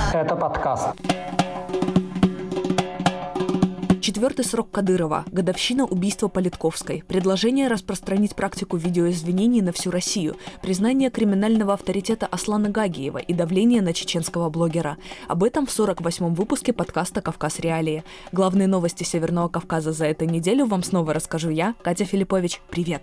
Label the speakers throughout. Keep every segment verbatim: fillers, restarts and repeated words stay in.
Speaker 1: Это подкаст.
Speaker 2: Четвертый срок Кадырова, годовщина убийства Политковской, предложение распространить практику видеоизвинений на всю Россию, признание криминального авторитета Аслана Гагиева и давление на чеченского блогера. Об этом в сорок восьмом выпуске подкаста «Кавказ. Реалии». Главные новости Северного Кавказа за эту неделю вам снова расскажу я, Катя Филиппович. Привет!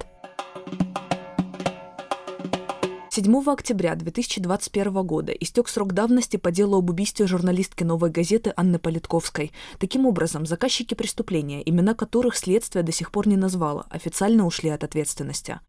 Speaker 2: седьмого октября две тысячи двадцать первого года истек срок давности по делу об убийстве журналистки «Новой газеты» Анны Политковской. Таким образом, заказчики преступления, имена которых следствие до сих пор не назвало, официально ушли от ответственности.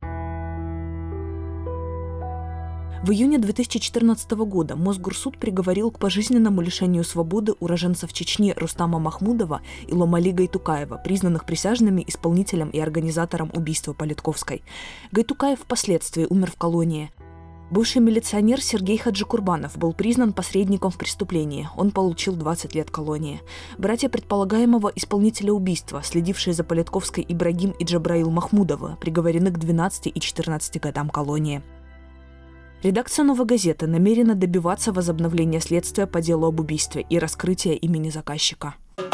Speaker 2: В июне две тысячи четырнадцатого года Мосгорсуд приговорил к пожизненному лишению свободы уроженцев Чечни Рустама Махмудова и Ломали Гайтукаева, признанных присяжными исполнителем и организатором убийства Политковской. Гайтукаев впоследствии умер в колонии. Бывший милиционер Сергей Хаджикурбанов был признан посредником в преступлении. Он получил двадцать лет колонии. Братья предполагаемого исполнителя убийства, следившие за Политковской Ибрагим и Джабраил Махмудовы, приговорены к двенадцати и четырнадцати годам колонии. Редакция «Новой газеты» намерена добиваться возобновления следствия по делу об убийстве и раскрытия имени заказчика.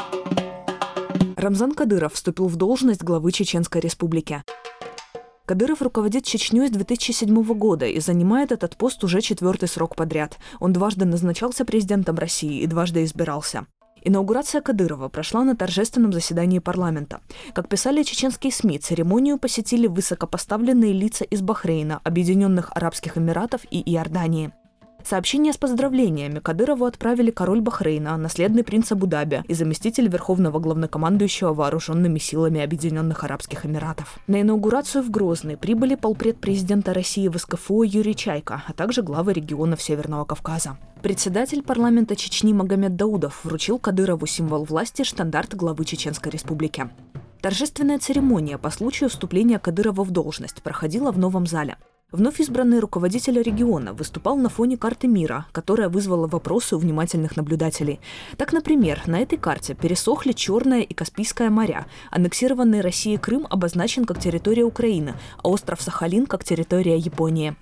Speaker 2: Рамзан Кадыров вступил в должность главы Чеченской Республики. Кадыров руководит Чечней с две тысячи седьмого года и занимает этот пост уже четвертый срок подряд. Он дважды назначался президентом России и дважды избирался. Инаугурация Кадырова прошла на торжественном заседании парламента. Как писали чеченские СМИ, церемонию посетили высокопоставленные лица из Бахрейна, Объединенных Арабских Эмиратов и Иордании. Сообщение с поздравлениями Кадырову отправили король Бахрейна, наследный принц Абу-Даби и заместитель верховного главнокомандующего вооруженными силами Объединенных Арабских Эмиратов. На инаугурацию в Грозный прибыли полпред президента России в СКФО Юрий Чайка, а также главы регионов Северного Кавказа. Председатель парламента Чечни Магомед Даудов вручил Кадырову символ власти штандарт главы Чеченской Республики. Торжественная церемония по случаю вступления Кадырова в должность проходила в новом зале. Вновь избранный руководитель региона выступал на фоне карты мира, которая вызвала вопросы у внимательных наблюдателей. Так, например, на этой карте пересохли Черное и Каспийское моря, аннексированный Россией Крым обозначен как территория Украины, а остров Сахалин как территория Японии.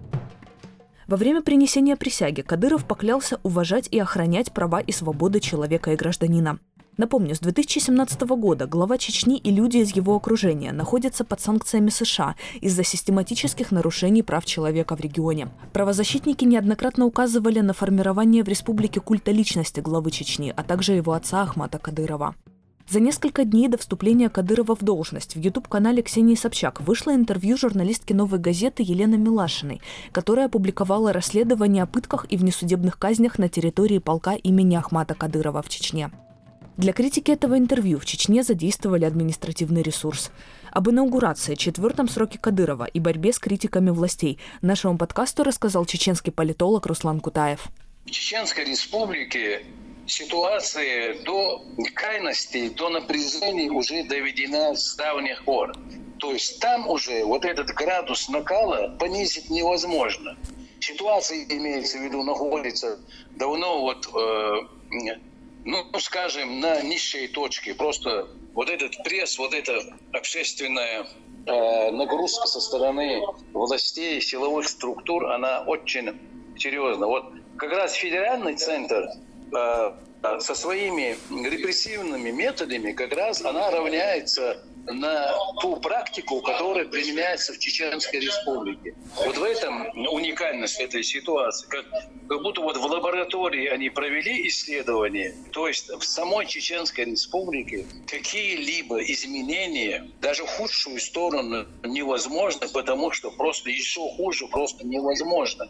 Speaker 2: Во время принесения присяги Кадыров поклялся уважать и охранять права и свободы человека и гражданина. Напомню, с две тысячи семнадцатого года глава Чечни и люди из его окружения находятся под санкциями США из-за систематических нарушений прав человека в регионе. Правозащитники неоднократно указывали на формирование в республике культа личности главы Чечни, а также его отца Ахмата Кадырова. За несколько дней до вступления Кадырова в должность в ютуб-канале Ксении Собчак вышло интервью журналистки «Новой газеты» Елены Милашиной, которая опубликовала расследование о пытках и внесудебных казнях на территории полка имени Ахмата Кадырова в Чечне. Для критики этого интервью в Чечне задействовали административный ресурс. Об инаугурации, четвертом сроке Кадырова и борьбе с критиками властей нашему подкасту рассказал чеченский политолог Руслан Кутаев.
Speaker 3: В Чеченской Республике ситуация до крайности, до напряжения уже доведена с давних пор. То есть там уже вот этот градус накала понизить невозможно. Ситуация, имеется в виду, находится давно вот... Э, ну, скажем, на низшей точке. Просто вот этот пресс, вот эта общественная э, нагрузка со стороны властей, силовых структур, она очень серьезна. Вот как раз федеральный центр э, со своими репрессивными методами, как раз она равняется на ту практику, которая применяется в Чеченской Республике. Вот в этом уникальность этой ситуации. Как, как будто вот в лаборатории они провели исследование, то есть в самой Чеченской Республике какие-либо изменения, даже в худшую сторону, невозможно, потому что просто еще хуже просто невозможно.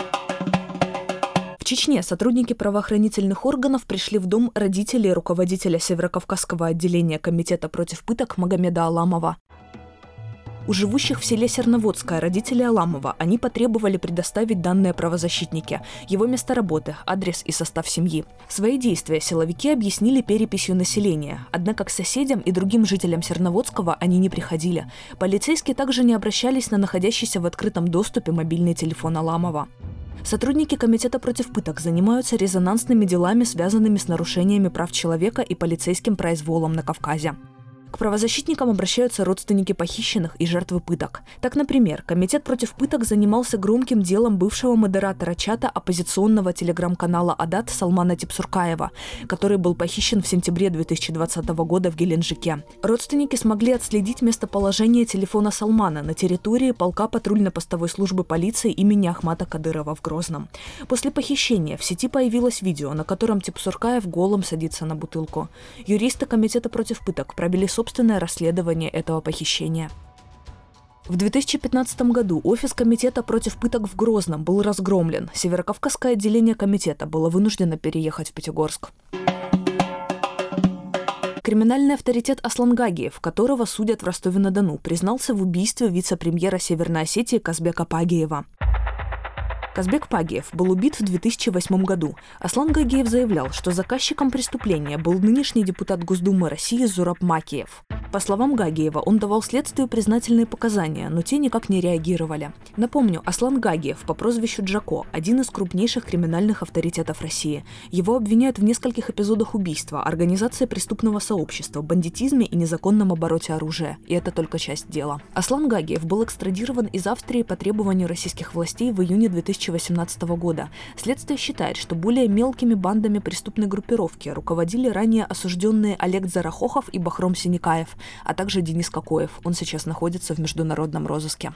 Speaker 2: В Чечне сотрудники правоохранительных органов пришли в дом родителей руководителя Северокавказского отделения Комитета против пыток Магомеда Аламова. У живущих в селе Серноводское родителей Аламова они потребовали предоставить данные правозащитники, его место работы, адрес и состав семьи. Свои действия силовики объяснили переписью населения, однако к соседям и другим жителям Серноводского они не приходили. Полицейские также не обращались на находящийся в открытом доступе мобильный телефон Аламова. Сотрудники Комитета против пыток занимаются резонансными делами, связанными с нарушениями прав человека и полицейским произволом на Кавказе. К правозащитникам обращаются родственники похищенных и жертвы пыток. Так, например, Комитет против пыток занимался громким делом бывшего модератора чата оппозиционного телеграм-канала «Адат» Салмана Типсуркаева, который был похищен в сентябре две тысячи двадцатого года в Геленджике. Родственники смогли отследить местоположение телефона Салмана на территории полка патрульно-постовой службы полиции имени Ахмата Кадырова в Грозном. После похищения в сети появилось видео, на котором Типсуркаев голым садится на бутылку. Юристы Комитета против пыток провели собственное расследование этого похищения. В две тысячи пятнадцатом году офис Комитета против пыток в Грозном был разгромлен. Северокавказское отделение комитета было вынуждено переехать в Пятигорск. Криминальный авторитет Аслан Гагиев, которого судят в Ростове-на-Дону, признался в убийстве вице-премьера Северной Осетии Казбека Пагиева. Казбек Пагиев был убит в две тысячи восьмом году. Аслан Гагиев заявлял, что заказчиком преступления был нынешний депутат Госдумы России Зураб Макиев. По словам Гагиева, он давал следствию признательные показания, но те никак не реагировали. Напомню, Аслан Гагиев по прозвищу Джако – один из крупнейших криминальных авторитетов России. Его обвиняют в нескольких эпизодах убийства, организации преступного сообщества, бандитизме и незаконном обороте оружия. И это только часть дела. Аслан Гагиев был экстрадирован из Австрии по требованию российских властей в июне две тысячи восемнадцатого года. Следствие считает, что более мелкими бандами преступной группировки руководили ранее осужденные Олег Зарахохов и Бахром Синикаев, а также Денис Кокоев. Он сейчас находится в международном розыске.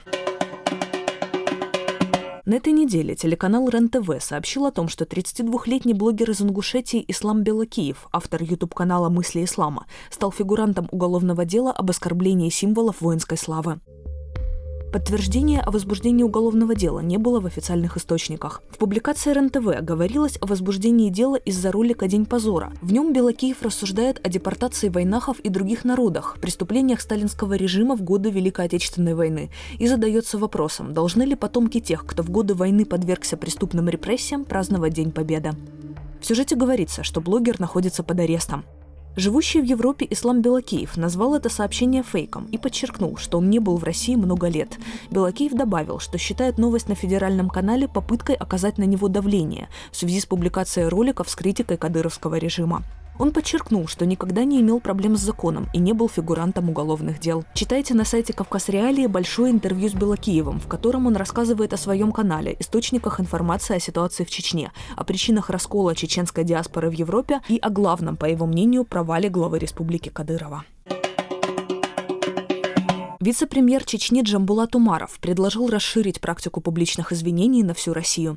Speaker 2: На этой неделе телеканал РЕН-ТВ сообщил о том, что тридцатидвухлетний блогер из Ингушетии Ислам Белакиев, автор ютуб-канала «Мысли ислама», стал фигурантом уголовного дела об оскорблении символов воинской славы. Подтверждения о возбуждении уголовного дела не было в официальных источниках. В публикации РЕН-ТВ говорилось о возбуждении дела из-за ролика «День позора». В нем Белакиев рассуждает о депортации войнахов и других народах, преступлениях сталинского режима в годы Великой Отечественной войны, и задается вопросом, должны ли потомки тех, кто в годы войны подвергся преступным репрессиям, праздновать День Победы. В сюжете говорится, что блогер находится под арестом. Живущий в Европе Ислам Белакиев назвал это сообщение фейком и подчеркнул, что он не был в России много лет. Белакиев добавил, что считает новость на федеральном канале попыткой оказать на него давление в связи с публикацией роликов с критикой кадыровского режима. Он подчеркнул, что никогда не имел проблем с законом и не был фигурантом уголовных дел. Читайте на сайте «Кавказ Реалии» большое интервью с Белакиевым, в котором он рассказывает о своем канале, источниках информации о ситуации в Чечне, о причинах раскола чеченской диаспоры в Европе и о главном, по его мнению, провале главы республики Кадырова. Вице-премьер Чечни Джамбулат Умаров предложил расширить практику публичных извинений на всю Россию.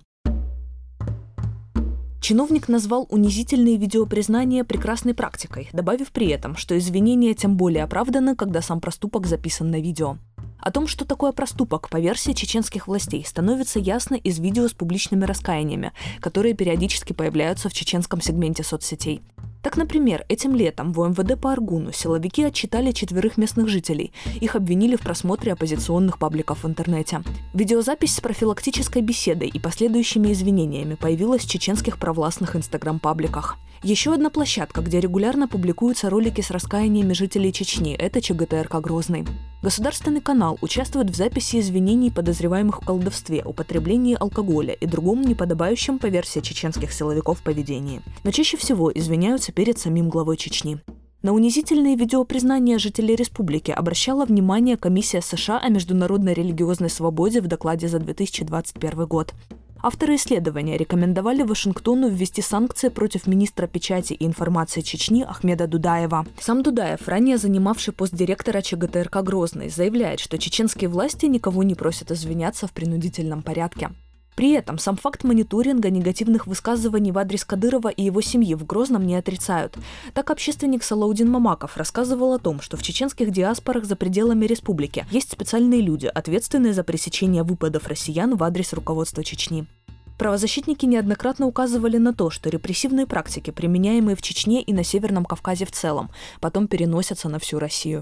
Speaker 2: Чиновник назвал унизительные видеопризнания прекрасной практикой, добавив при этом, что извинения тем более оправданы, когда сам проступок записан на видео. О том, что такое проступок, по версии чеченских властей, становится ясно из видео с публичными раскаяниями, которые периодически появляются в чеченском сегменте соцсетей. Так, например, этим летом в МВД по Аргуну силовики отчитали четверых местных жителей. Их обвинили в просмотре оппозиционных пабликов в интернете. Видеозапись с профилактической беседой и последующими извинениями появилась в чеченских провластных инстаграм-пабликах. Еще одна площадка, где регулярно публикуются ролики с раскаяниями жителей Чечни, это ЧГТРК Грозный. Государственный канал участвует в записи извинений подозреваемых в колдовстве, употреблении алкоголя и другом неподобающем по версии чеченских силовиков поведении. Но чаще всего извиняются перед самим главой Чечни. На унизительные видеопризнания жителей республики обращала внимание Комиссия США о международной религиозной свободе в докладе за две тысячи двадцать первый год. Авторы исследования рекомендовали Вашингтону ввести санкции против министра печати и информации Чечни Ахмеда Дудаева. Сам Дудаев, ранее занимавший пост директора ЧГТРК Грозный, заявляет, что чеченские власти никого не просят извиняться в принудительном порядке. При этом сам факт мониторинга негативных высказываний в адрес Кадырова и его семьи в Грозном не отрицают. Так общественник Салаудин Мамаков рассказывал о том, что в чеченских диаспорах за пределами республики есть специальные люди, ответственные за пресечение выпадов россиян в адрес руководства Чечни. Правозащитники неоднократно указывали на то, что репрессивные практики, применяемые в Чечне и на Северном Кавказе в целом, потом переносятся на всю Россию.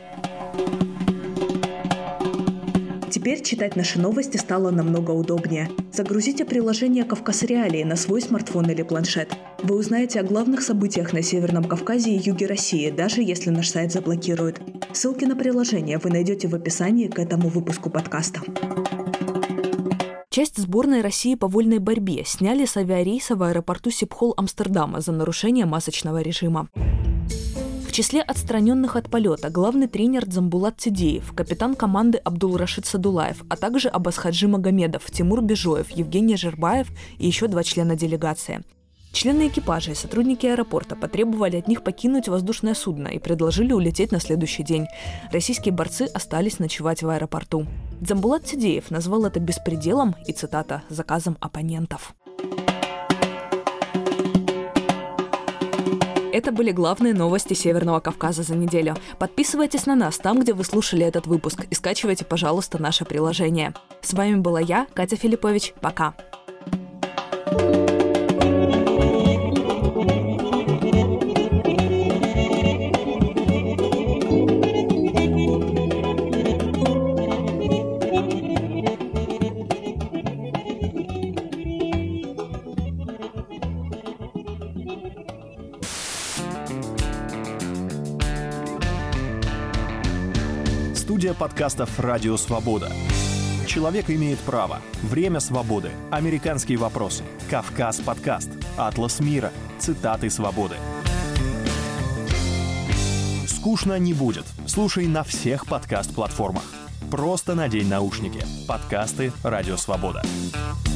Speaker 2: Теперь читать наши новости стало намного удобнее. Загрузите приложение «Кавказ Реалии» на свой смартфон или планшет. Вы узнаете о главных событиях на Северном Кавказе и юге России, даже если наш сайт заблокируют. Ссылки на приложение вы найдете в описании к этому выпуску подкаста. Часть сборной России по вольной борьбе сняли с авиарейса в аэропорту Сипхол Амстердама за нарушение масочного режима. В числе отстраненных от полета главный тренер Дзамбулат Тидеев, капитан команды Абдулрашид Садулаев, а также Аббасхаджи Магомедов, Тимур Бежоев, Евгений Жербаев и еще два члена делегации. Члены экипажа и сотрудники аэропорта потребовали от них покинуть воздушное судно и предложили улететь на следующий день. Российские борцы остались ночевать в аэропорту. Дзамбулат Тидеев назвал это беспределом и, цитата, «заказом оппонентов». Это были главные новости Северного Кавказа за неделю. Подписывайтесь на нас там, где вы слушали этот выпуск, и скачивайте, пожалуйста, наше приложение. С вами была я, Катя Филиппович. Пока.
Speaker 1: Студия подкастов «Радио Свобода». Человек имеет право. Время свободы. Американские вопросы. Кавказ подкаст. Атлас мира. Цитаты свободы. Скучно не будет. Слушай на всех подкаст-платформах. Просто надень наушники. Подкасты «Радио Свобода».